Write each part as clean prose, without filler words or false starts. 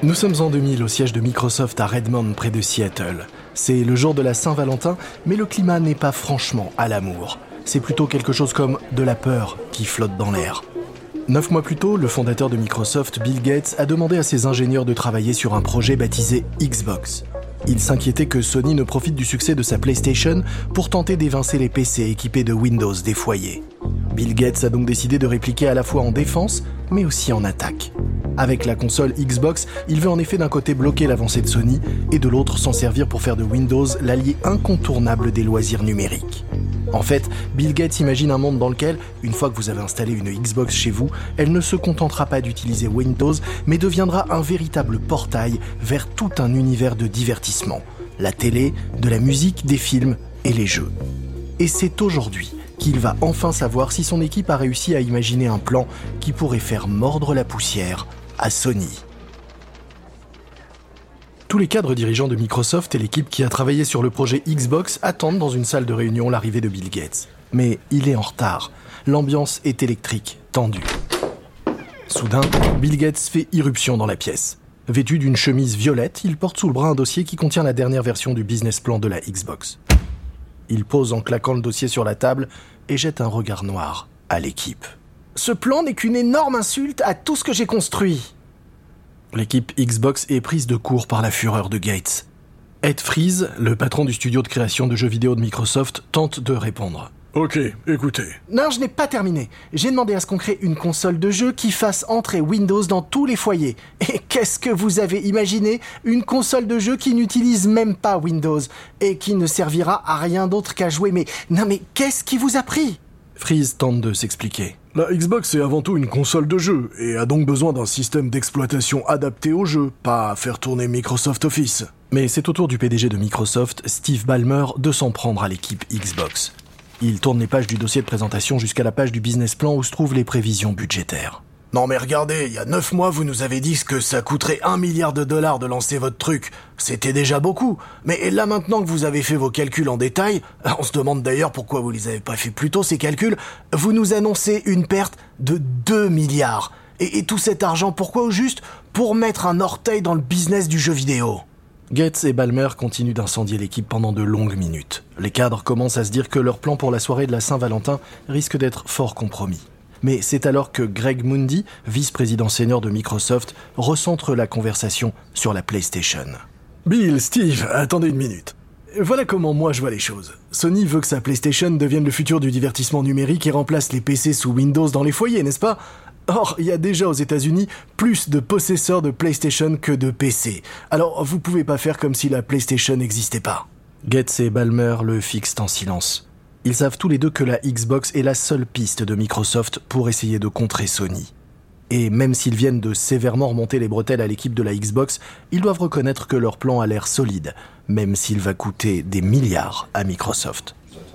Nous sommes en 2000 au siège de Microsoft à Redmond, près de Seattle. C'est le jour de la Saint-Valentin, mais le climat n'est pas franchement à l'amour. C'est plutôt quelque chose comme de la peur qui flotte dans l'air. 9 mois plus tôt, le fondateur de Microsoft, Bill Gates, a demandé à ses ingénieurs de travailler sur un projet baptisé Xbox. Il s'inquiétait que Sony ne profite du succès de sa PlayStation pour tenter d'évincer les PC équipés de Windows des foyers. Bill Gates a donc décidé de répliquer à la fois en défense, mais aussi en attaque. Avec la console Xbox, il veut en effet d'un côté bloquer l'avancée de Sony et de l'autre s'en servir pour faire de Windows l'allié incontournable des loisirs numériques. En fait, Bill Gates imagine un monde dans lequel, une fois que vous avez installé une Xbox chez vous, elle ne se contentera pas d'utiliser Windows, mais deviendra un véritable portail vers tout un univers de divertissement. La télé, de la musique, des films et les jeux. Et c'est aujourd'hui qu'il va enfin savoir si son équipe a réussi à imaginer un plan qui pourrait faire mordre la poussière à Sony. Tous les cadres dirigeants de Microsoft et l'équipe qui a travaillé sur le projet Xbox attendent dans une salle de réunion l'arrivée de Bill Gates. Mais il est en retard. L'ambiance est électrique, tendue. Soudain, Bill Gates fait irruption dans la pièce. Vêtu d'une chemise violette, il porte sous le bras un dossier qui contient la dernière version du business plan de la Xbox. Il pose en claquant le dossier sur la table et jette un regard noir à l'équipe. « Ce plan n'est qu'une énorme insulte à tout ce que j'ai construit !» L'équipe Xbox est prise de court par la fureur de Gates. Ed Fries, le patron du studio de création de jeux vidéo de Microsoft, tente de répondre. Ok, écoutez. Non, je n'ai pas terminé. J'ai demandé à ce qu'on crée une console de jeu qui fasse entrer Windows dans tous les foyers. Et qu'est-ce que vous avez imaginé ? Une console de jeu qui n'utilise même pas Windows et qui ne servira à rien d'autre qu'à jouer. Mais qu'est-ce qui vous a pris ? Fries tente de s'expliquer. La Xbox est avant tout une console de jeu et a donc besoin d'un système d'exploitation adapté au jeu, pas à faire tourner Microsoft Office. Mais c'est au tour du PDG de Microsoft, Steve Ballmer, de s'en prendre à l'équipe Xbox. Il tourne les pages du dossier de présentation jusqu'à la page du business plan où se trouvent les prévisions budgétaires. Non mais regardez, il y a 9 mois vous nous avez dit que ça coûterait $1 milliard de lancer votre truc. C'était déjà beaucoup. Mais là maintenant que vous avez fait vos calculs en détail, on se demande d'ailleurs pourquoi vous les avez pas fait plus tôt ces calculs, vous nous annoncez une perte de 2 milliards. Et tout cet argent pourquoi au juste ? Pour mettre un orteil dans le business du jeu vidéo. Gates et Ballmer continuent d'incendier l'équipe pendant de longues minutes. Les cadres commencent à se dire que leur plan pour la soirée de la Saint-Valentin risque d'être fort compromis. Mais c'est alors que Greg Mundy, vice-président senior de Microsoft, recentre la conversation sur la PlayStation. Bill, Steve, attendez une minute. Voilà comment moi je vois les choses. Sony veut que sa PlayStation devienne le futur du divertissement numérique et remplace les PC sous Windows dans les foyers, n'est-ce pas ? Or, il y a déjà aux États-Unis plus de possesseurs de PlayStation que de PC. Alors, vous pouvez pas faire comme si la PlayStation n'existait pas. Gates et Ballmer le fixent en silence. Ils savent tous les deux que la Xbox est la seule piste de Microsoft pour essayer de contrer Sony. Et même s'ils viennent de sévèrement remonter les bretelles à l'équipe de la Xbox, ils doivent reconnaître que leur plan a l'air solide, même s'il va coûter des milliards à Microsoft.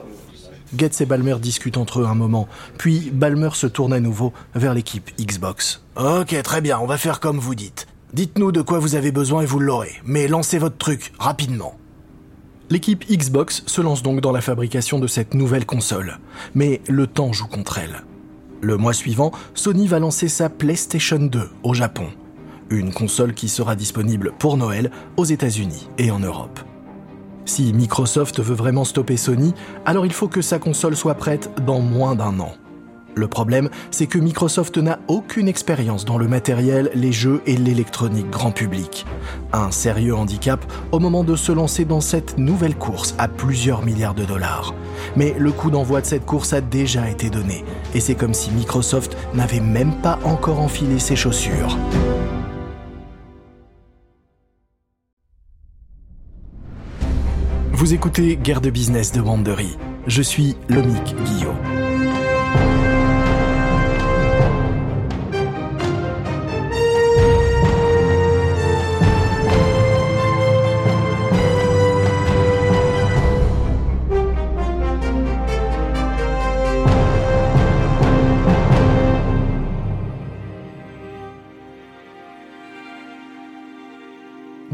Gates et Ballmer discutent entre eux un moment, puis Ballmer se tourne à nouveau vers l'équipe Xbox. Ok, très bien, on va faire comme vous dites. Dites-nous de quoi vous avez besoin et vous l'aurez, mais lancez votre truc, rapidement. L'équipe Xbox se lance donc dans la fabrication de cette nouvelle console. Mais le temps joue contre elle. Le mois suivant, Sony va lancer sa PlayStation 2 au Japon. Une console qui sera disponible pour Noël aux États-Unis et en Europe. Si Microsoft veut vraiment stopper Sony, alors il faut que sa console soit prête dans moins d'1 an. Le problème, c'est que Microsoft n'a aucune expérience dans le matériel, les jeux et l'électronique grand public. Un sérieux handicap au moment de se lancer dans cette nouvelle course à plusieurs milliards de dollars. Mais le coup d'envoi de cette course a déjà été donné, et c'est comme si Microsoft n'avait même pas encore enfilé ses chaussures. Vous écoutez Guerre de business de Wandery. Je suis Lomique Guillot.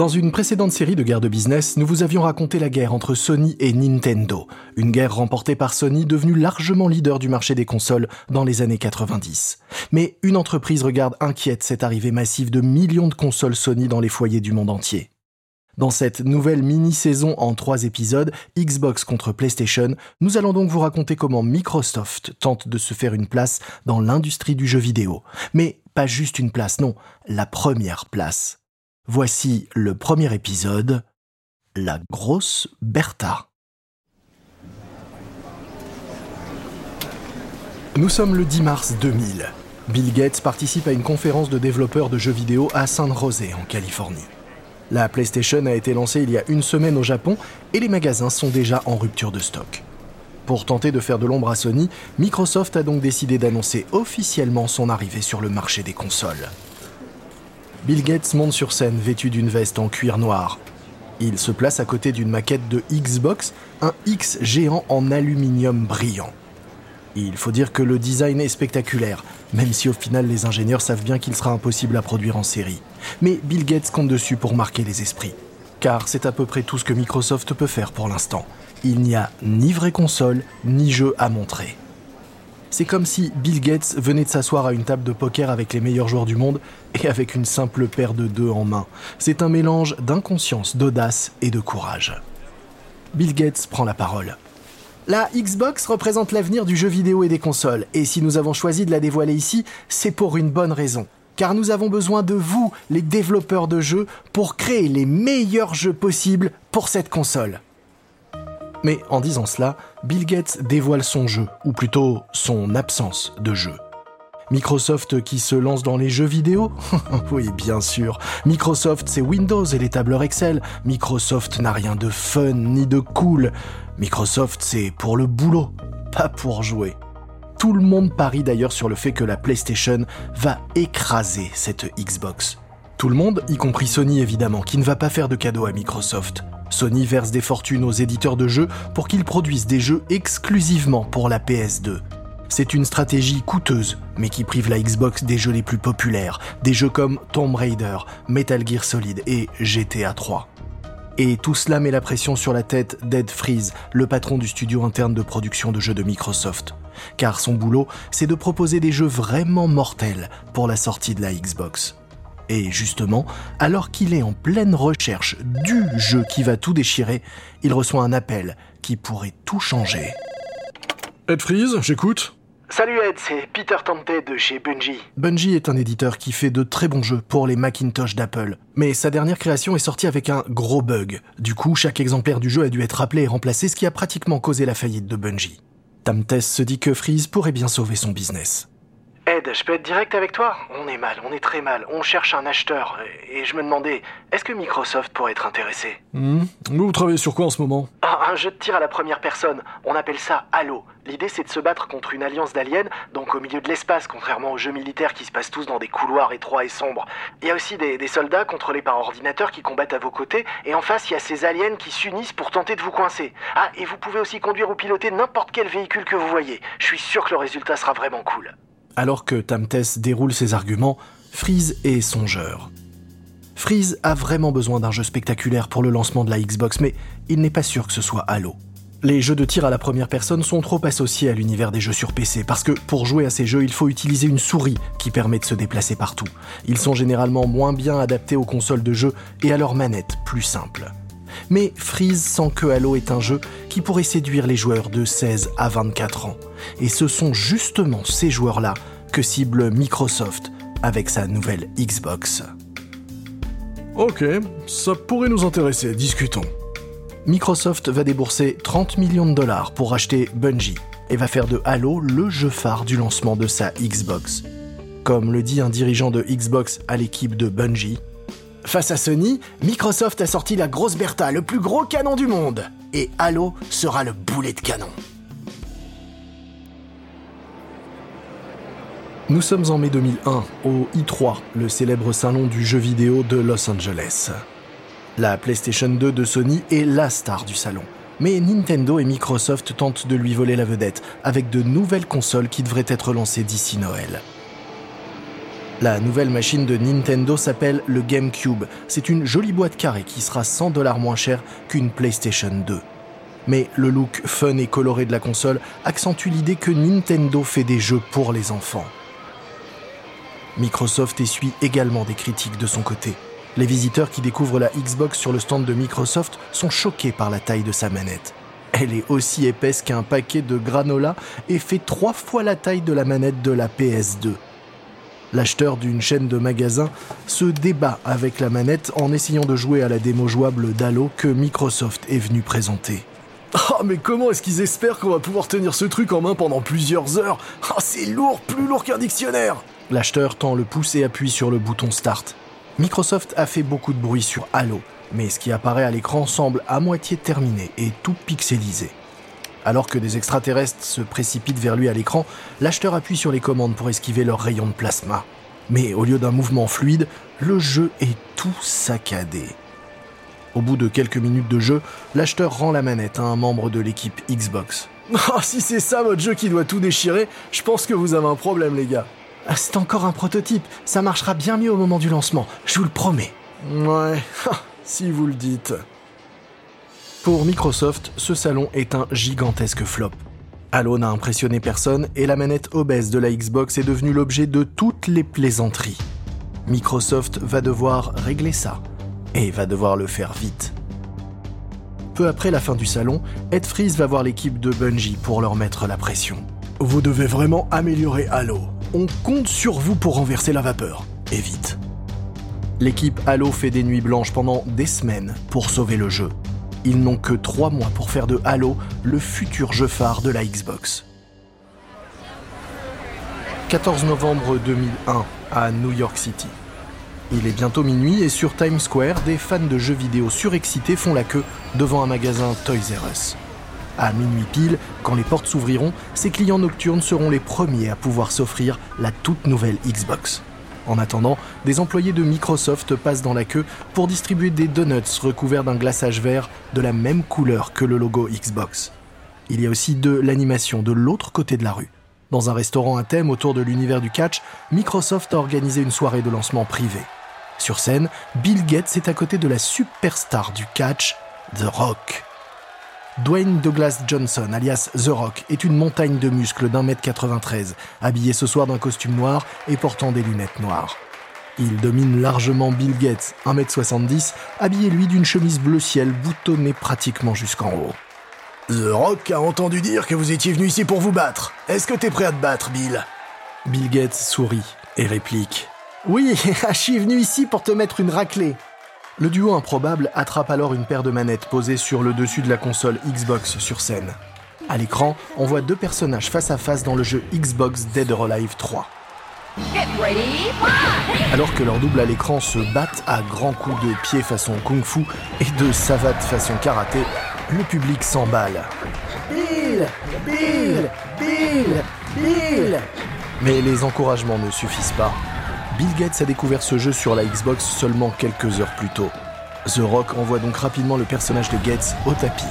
Dans une précédente série de guerre de business, nous vous avions raconté la guerre entre Sony et Nintendo. Une guerre remportée par Sony, devenue largement leader du marché des consoles dans les années 90. Mais une entreprise regarde inquiète cette arrivée massive de millions de consoles Sony dans les foyers du monde entier. Dans cette nouvelle mini-saison en 3 épisodes, Xbox contre PlayStation, nous allons donc vous raconter comment Microsoft tente de se faire une place dans l'industrie du jeu vidéo. Mais pas juste une place, non, la première place. Voici le premier épisode, la grosse Bertha. Nous sommes le 10 mars 2000. Bill Gates participe à une conférence de développeurs de jeux vidéo à San José, en Californie. La PlayStation a été lancée il y a une semaine au Japon et les magasins sont déjà en rupture de stock. Pour tenter de faire de l'ombre à Sony, Microsoft a donc décidé d'annoncer officiellement son arrivée sur le marché des consoles. Bill Gates monte sur scène vêtu d'une veste en cuir noir. Il se place à côté d'une maquette de Xbox, un X géant en aluminium brillant. Il faut dire que le design est spectaculaire, même si au final les ingénieurs savent bien qu'il sera impossible à produire en série. Mais Bill Gates compte dessus pour marquer les esprits. Car c'est à peu près tout ce que Microsoft peut faire pour l'instant. Il n'y a ni vraie console, ni jeu à montrer. C'est comme si Bill Gates venait de s'asseoir à une table de poker avec les meilleurs joueurs du monde et avec une simple paire de dés en main. C'est un mélange d'inconscience, d'audace et de courage. Bill Gates prend la parole. La Xbox représente l'avenir du jeu vidéo et des consoles, et si nous avons choisi de la dévoiler ici, c'est pour une bonne raison. Car nous avons besoin de vous, les développeurs de jeux, pour créer les meilleurs jeux possibles pour cette console. Mais en disant cela, Bill Gates dévoile son jeu, ou plutôt son absence de jeu. Microsoft qui se lance dans les jeux vidéo ? Oui, bien sûr. Microsoft, c'est Windows et les tableurs Excel. Microsoft n'a rien de fun ni de cool. Microsoft, c'est pour le boulot, pas pour jouer. Tout le monde parie d'ailleurs sur le fait que la PlayStation va écraser cette Xbox. Tout le monde, y compris Sony évidemment, qui ne va pas faire de cadeau à Microsoft. Sony verse des fortunes aux éditeurs de jeux pour qu'ils produisent des jeux exclusivement pour la PS2. C'est une stratégie coûteuse, mais qui prive la Xbox des jeux les plus populaires, des jeux comme Tomb Raider, Metal Gear Solid et GTA 3. Et tout cela met la pression sur la tête d'Ed Fries, le patron du studio interne de production de jeux de Microsoft. Car son boulot, c'est de proposer des jeux vraiment mortels pour la sortie de la Xbox. Et justement, alors qu'il est en pleine recherche du jeu qui va tout déchirer, il reçoit un appel qui pourrait tout changer. Ed Fries, j'écoute. Salut Ed, c'est Peter Tanted de chez Bungie. Bungie est un éditeur qui fait de très bons jeux pour les Macintosh d'Apple. Mais sa dernière création est sortie avec un gros bug. Du coup, chaque exemplaire du jeu a dû être rappelé et remplacé, ce qui a pratiquement causé la faillite de Bungie. Tamtes se dit que Fries pourrait bien sauver son business. Ed, je peux être direct avec toi ? On est mal, on est très mal. On cherche un acheteur. Et je me demandais, est-ce que Microsoft pourrait être intéressé ? Vous travaillez sur quoi en ce moment ? Un jeu de tir à la première personne. On appelle ça Halo. L'idée, c'est de se battre contre une alliance d'aliens, donc au milieu de l'espace, contrairement aux jeux militaires qui se passent tous dans des couloirs étroits et sombres. Il y a aussi des soldats contrôlés par ordinateur qui combattent à vos côtés, et en face, il y a ces aliens qui s'unissent pour tenter de vous coincer. Ah, et vous pouvez aussi conduire ou piloter n'importe quel véhicule que vous voyez. Je suis sûr que le résultat sera vraiment cool. Alors que Tamtes déroule ses arguments, Fries est songeur. Fries a vraiment besoin d'un jeu spectaculaire pour le lancement de la Xbox, mais il n'est pas sûr que ce soit Halo. Les jeux de tir à la première personne sont trop associés à l'univers des jeux sur PC, parce que pour jouer à ces jeux, il faut utiliser une souris qui permet de se déplacer partout. Ils sont généralement moins bien adaptés aux consoles de jeu et à leurs manettes plus simples. Mais Fries sent que Halo est un jeu qui pourrait séduire les joueurs de 16 à 24 ans. Et ce sont justement ces joueurs-là que cible Microsoft avec sa nouvelle Xbox. Ok, ça pourrait nous intéresser, discutons. Microsoft va débourser 30 millions de dollars pour acheter Bungie et va faire de Halo le jeu phare du lancement de sa Xbox. Comme le dit un dirigeant de Xbox à l'équipe de Bungie, face à Sony, Microsoft a sorti la grosse Bertha, le plus gros canon du monde. Et Halo sera le boulet de canon. Nous sommes en mai 2001, au E3, le célèbre salon du jeu vidéo de Los Angeles. La PlayStation 2 de Sony est la star du salon. Mais Nintendo et Microsoft tentent de lui voler la vedette, avec de nouvelles consoles qui devraient être lancées d'ici Noël. La nouvelle machine de Nintendo s'appelle le GameCube. C'est une jolie boîte carrée qui sera $100 moins chère qu'une PlayStation 2. Mais le look fun et coloré de la console accentue l'idée que Nintendo fait des jeux pour les enfants. Microsoft essuie également des critiques de son côté. Les visiteurs qui découvrent la Xbox sur le stand de Microsoft sont choqués par la taille de sa manette. Elle est aussi épaisse qu'un paquet de granola et fait 3 fois la taille de la manette de la PS2. L'acheteur d'une chaîne de magasins se débat avec la manette en essayant de jouer à la démo jouable d'Halo que Microsoft est venu présenter. Oh, mais comment est-ce qu'ils espèrent qu'on va pouvoir tenir ce truc en main pendant plusieurs heures ? Ah, c'est lourd, plus lourd qu'un dictionnaire ! L'acheteur tend le pouce et appuie sur le bouton Start. Microsoft a fait beaucoup de bruit sur Halo, mais ce qui apparaît à l'écran semble à moitié terminé et tout pixelisé. Alors que des extraterrestres se précipitent vers lui à l'écran, l'acheteur appuie sur les commandes pour esquiver leurs rayons de plasma. Mais au lieu d'un mouvement fluide, le jeu est tout saccadé. Au bout de quelques minutes de jeu, l'acheteur rend la manette à un membre de l'équipe Xbox. Oh, si c'est ça votre jeu qui doit tout déchirer, je pense que vous avez un problème, les gars. C'est encore un prototype, ça marchera bien mieux au moment du lancement, je vous le promets. Ouais, si vous le dites. Pour Microsoft, ce salon est un gigantesque flop. Halo n'a impressionné personne et la manette obèse de la Xbox est devenue l'objet de toutes les plaisanteries. Microsoft va devoir régler ça, et va devoir le faire vite. Peu après la fin du salon, Ed Freeze va voir l'équipe de Bungie pour leur mettre la pression. Vous devez vraiment améliorer Halo. On compte sur vous pour renverser la vapeur. Et vite. L'équipe Halo fait des nuits blanches pendant des semaines pour sauver le jeu. Ils n'ont que 3 mois pour faire de Halo le futur jeu phare de la Xbox. 14 novembre 2001 à New York City. Il est bientôt minuit et sur Times Square, des fans de jeux vidéo surexcités font la queue devant un magasin Toys R Us. À minuit pile, quand les portes s'ouvriront, ces clients nocturnes seront les premiers à pouvoir s'offrir la toute nouvelle Xbox. En attendant, des employés de Microsoft passent dans la queue pour distribuer des donuts recouverts d'un glaçage vert de la même couleur que le logo Xbox. Il y a aussi de l'animation de l'autre côté de la rue. Dans un restaurant à thème autour de l'univers du catch, Microsoft a organisé une soirée de lancement privée. Sur scène, Bill Gates est à côté de la superstar du catch, The Rock. Dwayne Douglas Johnson, alias The Rock, est une montagne de muscles d'1m93, habillé ce soir d'un costume noir et portant des lunettes noires. Il domine largement Bill Gates, 1m70, habillé lui d'une chemise bleu ciel boutonnée pratiquement jusqu'en haut. The Rock a entendu dire que vous étiez venu ici pour vous battre. Est-ce que t'es prêt à te battre, Bill ? Bill Gates sourit et réplique « Oui, je suis venu ici pour te mettre une raclée !» Le duo improbable attrape alors une paire de manettes posées sur le dessus de la console Xbox sur scène. À l'écran, on voit 2 personnages face à face dans le jeu Xbox Dead or Alive 3. Alors que leurs doubles à l'écran se battent à grands coups de pied façon kung-fu et de savate façon karaté, le public s'emballe. Bill ! Bill ! Bill ! Bill ! Mais les encouragements ne suffisent pas. Bill Gates a découvert ce jeu sur la Xbox seulement quelques heures plus tôt. The Rock envoie donc rapidement le personnage de Gates au tapis.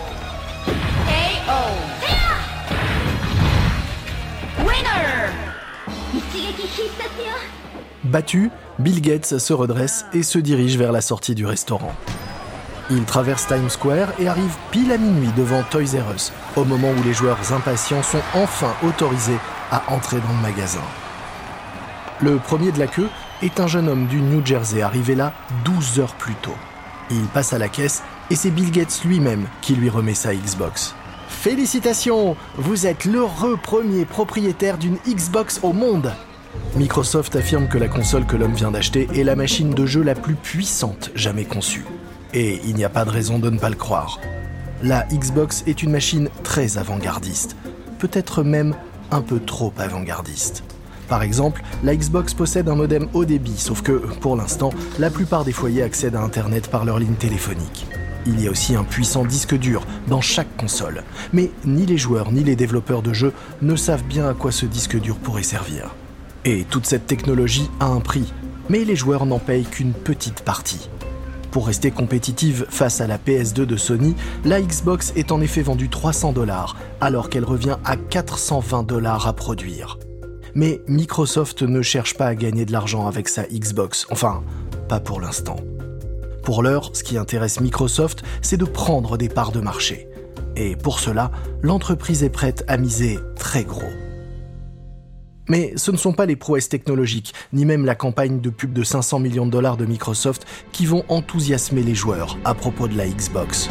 Battu, Bill Gates se redresse et se dirige vers la sortie du restaurant. Il traverse Times Square et arrive pile à minuit devant Toys R Us, au moment où les joueurs impatients sont enfin autorisés à entrer dans le magasin. Le premier de la queue est un jeune homme du New Jersey arrivé là 12 heures plus tôt. Il passe à la caisse et c'est Bill Gates lui-même qui lui remet sa Xbox. « Félicitations, vous êtes l'heureux premier propriétaire d'une Xbox au monde !» Microsoft affirme que la console que l'homme vient d'acheter est la machine de jeu la plus puissante jamais conçue. Et il n'y a pas de raison de ne pas le croire. La Xbox est une machine très avant-gardiste, peut-être même un peu trop avant-gardiste. Par exemple, la Xbox possède un modem haut débit, sauf que, pour l'instant, la plupart des foyers accèdent à Internet par leur ligne téléphonique. Il y a aussi un puissant disque dur dans chaque console, mais ni les joueurs ni les développeurs de jeux ne savent bien à quoi ce disque dur pourrait servir. Et toute cette technologie a un prix, mais les joueurs n'en payent qu'une petite partie. Pour rester compétitive face à la PS2 de Sony, la Xbox est en effet vendue $300, alors qu'elle revient à $420 à produire. Mais Microsoft ne cherche pas à gagner de l'argent avec sa Xbox, enfin, pas pour l'instant. Pour l'heure, ce qui intéresse Microsoft, c'est de prendre des parts de marché. Et pour cela, l'entreprise est prête à miser très gros. Mais ce ne sont pas les prouesses technologiques, ni même la campagne de pub de 500 millions de dollars de Microsoft qui vont enthousiasmer les joueurs à propos de la Xbox.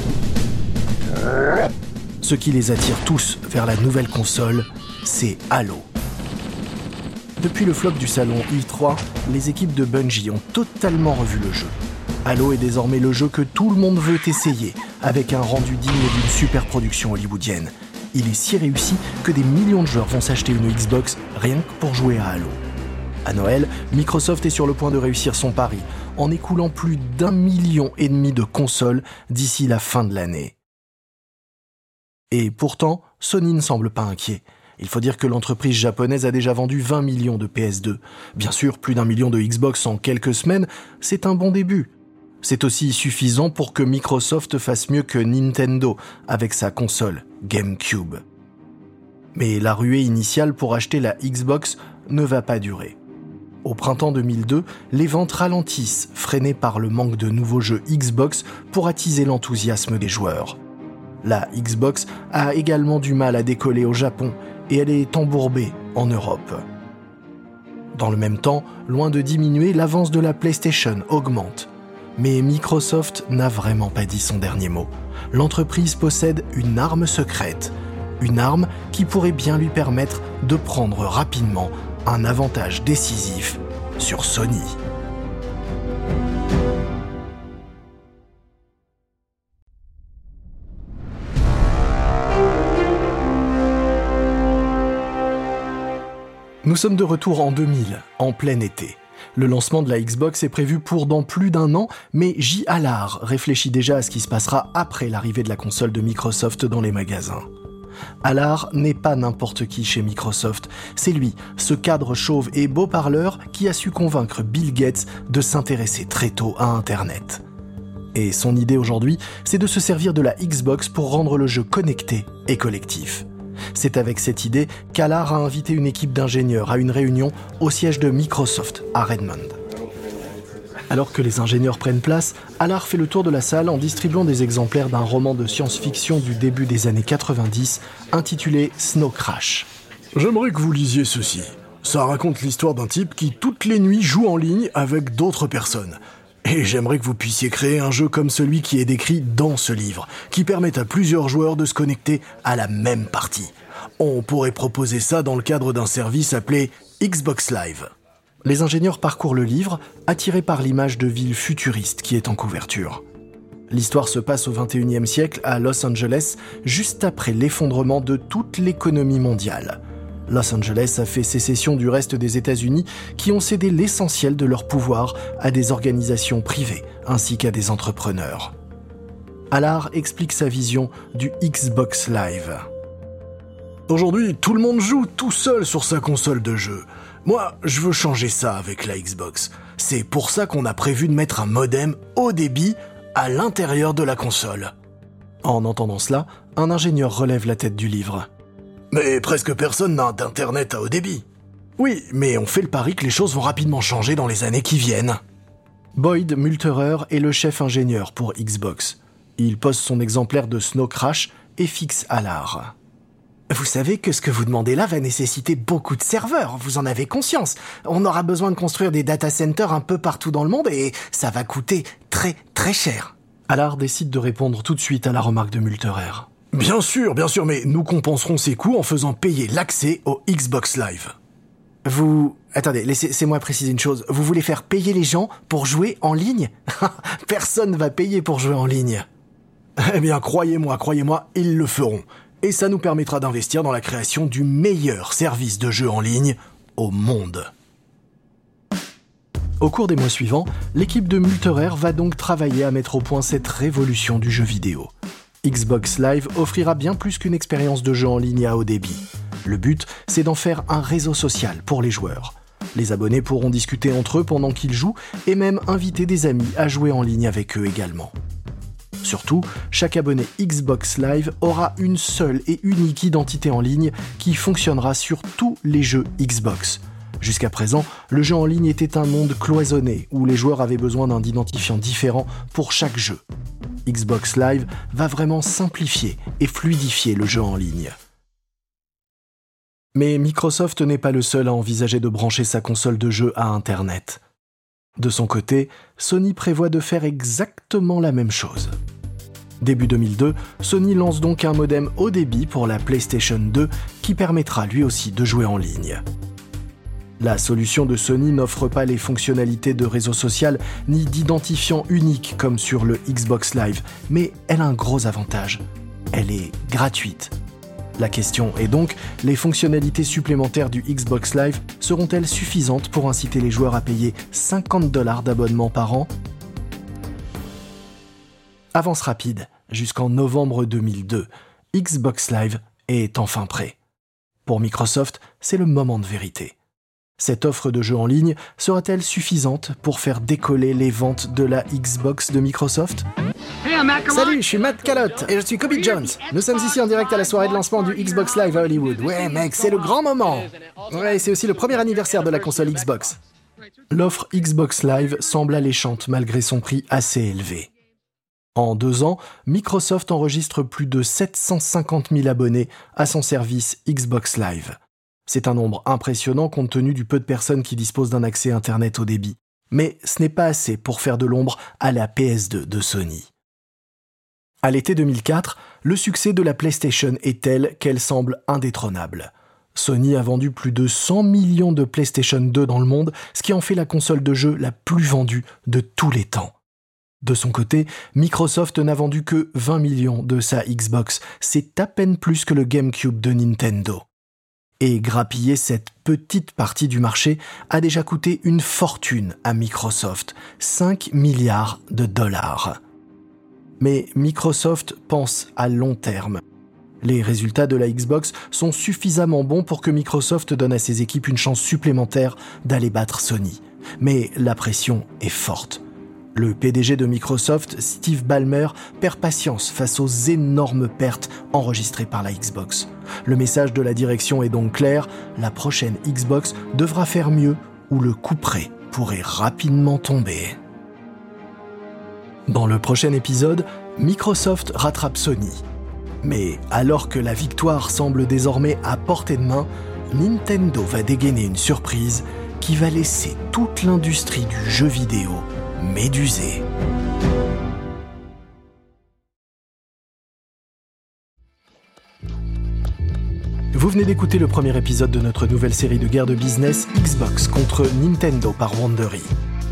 Ce qui les attire tous vers la nouvelle console, c'est Halo. Depuis le flop du salon E3, les équipes de Bungie ont totalement revu le jeu. Halo est désormais le jeu que tout le monde veut essayer, avec un rendu digne d'une super production hollywoodienne. Il est si réussi que des millions de joueurs vont s'acheter une Xbox rien que pour jouer à Halo. À Noël, Microsoft est sur le point de réussir son pari, en écoulant plus d'1,5 million de consoles d'ici la fin de l'année. Et pourtant, Sony ne semble pas inquiet. Il faut dire que l'entreprise japonaise a déjà vendu 20 millions de PS2. Bien sûr, plus d'1 million de Xbox en quelques semaines, c'est un bon début. C'est aussi suffisant pour que Microsoft fasse mieux que Nintendo avec sa console GameCube. Mais la ruée initiale pour acheter la Xbox ne va pas durer. Au printemps 2002, les ventes ralentissent, freinées par le manque de nouveaux jeux Xbox pour attiser l'enthousiasme des joueurs. La Xbox a également du mal à décoller au Japon et elle est embourbée en Europe. Dans le même temps, loin de diminuer, l'avance de la PlayStation augmente. Mais Microsoft n'a vraiment pas dit son dernier mot. L'entreprise possède une arme secrète. Une arme qui pourrait bien lui permettre de prendre rapidement un avantage décisif sur Sony. Nous sommes de retour en 2000, en plein été. Le lancement de la Xbox est prévu pour dans plus d'1 an, mais J. Allard réfléchit déjà à ce qui se passera après l'arrivée de la console de Microsoft dans les magasins. Allard n'est pas n'importe qui chez Microsoft, c'est lui, ce cadre chauve et beau parleur qui a su convaincre Bill Gates de s'intéresser très tôt à Internet. Et son idée aujourd'hui, c'est de se servir de la Xbox pour rendre le jeu connecté et collectif. C'est avec cette idée qu'Allard a invité une équipe d'ingénieurs à une réunion au siège de Microsoft à Redmond. Alors que les ingénieurs prennent place, Allard fait le tour de la salle en distribuant des exemplaires d'un roman de science-fiction du début des années 90 intitulé Snow Crash. J'aimerais que vous lisiez ceci. Ça raconte l'histoire d'un type qui toutes les nuits joue en ligne avec d'autres personnes. Et j'aimerais que vous puissiez créer un jeu comme celui qui est décrit dans ce livre, qui permette à plusieurs joueurs de se connecter à la même partie. On pourrait proposer ça dans le cadre d'un service appelé Xbox Live. Les ingénieurs parcourent le livre, attirés par l'image de ville futuriste qui est en couverture. L'histoire se passe au XXIe siècle à Los Angeles, juste après l'effondrement de toute l'économie mondiale. Los Angeles a fait sécession du reste des États-Unis qui ont cédé l'essentiel de leur pouvoir à des organisations privées ainsi qu'à des entrepreneurs. Allard explique sa vision du Xbox Live. Aujourd'hui, tout le monde joue tout seul sur sa console de jeu. Moi, je veux changer ça avec la Xbox. C'est pour ça qu'on a prévu de mettre un modem haut débit à l'intérieur de la console. En entendant cela, un ingénieur relève la tête du livre. Mais presque personne n'a d'internet à haut débit. Oui, mais on fait le pari que les choses vont rapidement changer dans les années qui viennent. Boyd Multerer est le chef ingénieur pour Xbox. Il pose son exemplaire de Snow Crash et fixe Allard. Vous savez que ce que vous demandez là va nécessiter beaucoup de serveurs, vous en avez conscience. On aura besoin de construire des data centers un peu partout dans le monde et ça va coûter très très cher. Allard décide de répondre tout de suite à la remarque de Multerer. Bien sûr, mais nous compenserons ces coûts en faisant payer l'accès au Xbox Live. Attendez, laissez-moi préciser une chose. Vous voulez faire payer les gens pour jouer en ligne ? Personne ne va payer pour jouer en ligne. Eh bien, croyez-moi, ils le feront. Et ça nous permettra d'investir dans la création du meilleur service de jeu en ligne au monde. Au cours des mois suivants, l'équipe de Multerer va donc travailler à mettre au point cette révolution du jeu vidéo. Xbox Live offrira bien plus qu'une expérience de jeu en ligne à haut débit. Le but, c'est d'en faire un réseau social pour les joueurs. Les abonnés pourront discuter entre eux pendant qu'ils jouent et même inviter des amis à jouer en ligne avec eux également. Surtout, chaque abonné Xbox Live aura une seule et unique identité en ligne qui fonctionnera sur tous les jeux Xbox. Jusqu'à présent, le jeu en ligne était un monde cloisonné où les joueurs avaient besoin d'un identifiant différent pour chaque jeu. Xbox Live va vraiment simplifier et fluidifier le jeu en ligne. Mais Microsoft n'est pas le seul à envisager de brancher sa console de jeu à Internet. De son côté, Sony prévoit de faire exactement la même chose. Début 2002, Sony lance donc un modem haut débit pour la PlayStation 2 qui permettra lui aussi de jouer en ligne. La solution de Sony n'offre pas les fonctionnalités de réseau social ni d'identifiant unique comme sur le Xbox Live, mais elle a un gros avantage. Elle est gratuite. La question est donc, les fonctionnalités supplémentaires du Xbox Live seront-elles suffisantes pour inciter les joueurs à payer $50 d'abonnement par an ? Avance rapide, jusqu'en novembre 2002, Xbox Live est enfin prêt. Pour Microsoft, c'est le moment de vérité. Cette offre de jeu en ligne sera-t-elle suffisante pour faire décoller les ventes de la Xbox de Microsoft ? Salut, je suis Matt Calotte et je suis Kobe Jones. Nous sommes ici en direct à la soirée de lancement du Xbox Live à Hollywood. Ouais mec, c'est le grand moment. Ouais, c'est aussi le premier anniversaire de la console Xbox. L'offre Xbox Live semble alléchante malgré son prix assez élevé. En 2 ans, Microsoft enregistre plus de 750 000 abonnés à son service Xbox Live. C'est un nombre impressionnant compte tenu du peu de personnes qui disposent d'un accès Internet haut débit. Mais ce n'est pas assez pour faire de l'ombre à la PS2 de Sony. À l'été 2004, le succès de la PlayStation est tel qu'elle semble indétrônable. Sony a vendu plus de 100 millions de PlayStation 2 dans le monde, ce qui en fait la console de jeu la plus vendue de tous les temps. De son côté, Microsoft n'a vendu que 20 millions de sa Xbox, c'est à peine plus que le GameCube de Nintendo. Et grappiller cette petite partie du marché a déjà coûté une fortune à Microsoft, 5 milliards de dollars. Mais Microsoft pense à long terme. Les résultats de la Xbox sont suffisamment bons pour que Microsoft donne à ses équipes une chance supplémentaire d'aller battre Sony. Mais la pression est forte. Le PDG de Microsoft, Steve Ballmer, perd patience face aux énormes pertes enregistrées par la Xbox. Le message de la direction est donc clair, la prochaine Xbox devra faire mieux ou le couperet pourrait rapidement tomber. Dans le prochain épisode, Microsoft rattrape Sony. Mais alors que la victoire semble désormais à portée de main, Nintendo va dégainer une surprise qui va laisser toute l'industrie du jeu vidéo médusée. Vous venez d'écouter le premier épisode de notre nouvelle série de guerre de business Xbox contre Nintendo par Wandery.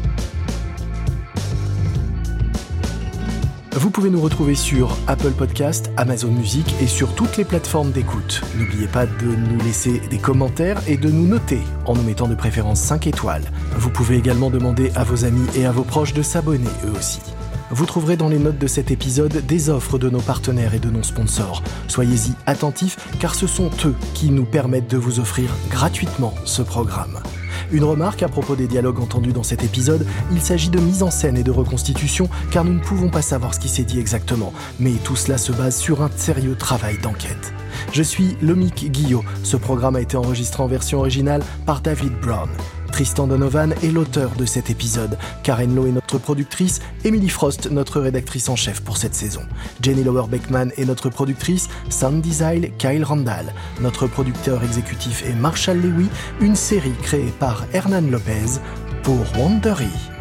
Vous pouvez nous retrouver sur Apple Podcast, Amazon Music et sur toutes les plateformes d'écoute. N'oubliez pas de nous laisser des commentaires et de nous noter en nous mettant de préférence 5 étoiles. Vous pouvez également demander à vos amis et à vos proches de s'abonner eux aussi. Vous trouverez dans les notes de cet épisode des offres de nos partenaires et de nos sponsors. Soyez-y attentifs car ce sont eux qui nous permettent de vous offrir gratuitement ce programme. Une remarque à propos des dialogues entendus dans cet épisode, il s'agit de mise en scène et de reconstitution car nous ne pouvons pas savoir ce qui s'est dit exactement, mais tout cela se base sur un sérieux travail d'enquête. Je suis Lomik Guillot, ce programme a été enregistré en version originale par David Brown. Tristan Donovan est l'auteur de cet épisode, Karen Lowe est notre productrice, Emily Frost notre rédactrice en chef pour cette saison. Jenny Lower-Beckman est notre productrice, sound design Kyle Randall. Notre producteur exécutif est Marshall Lewy, une série créée par Hernan Lopez pour Wandery.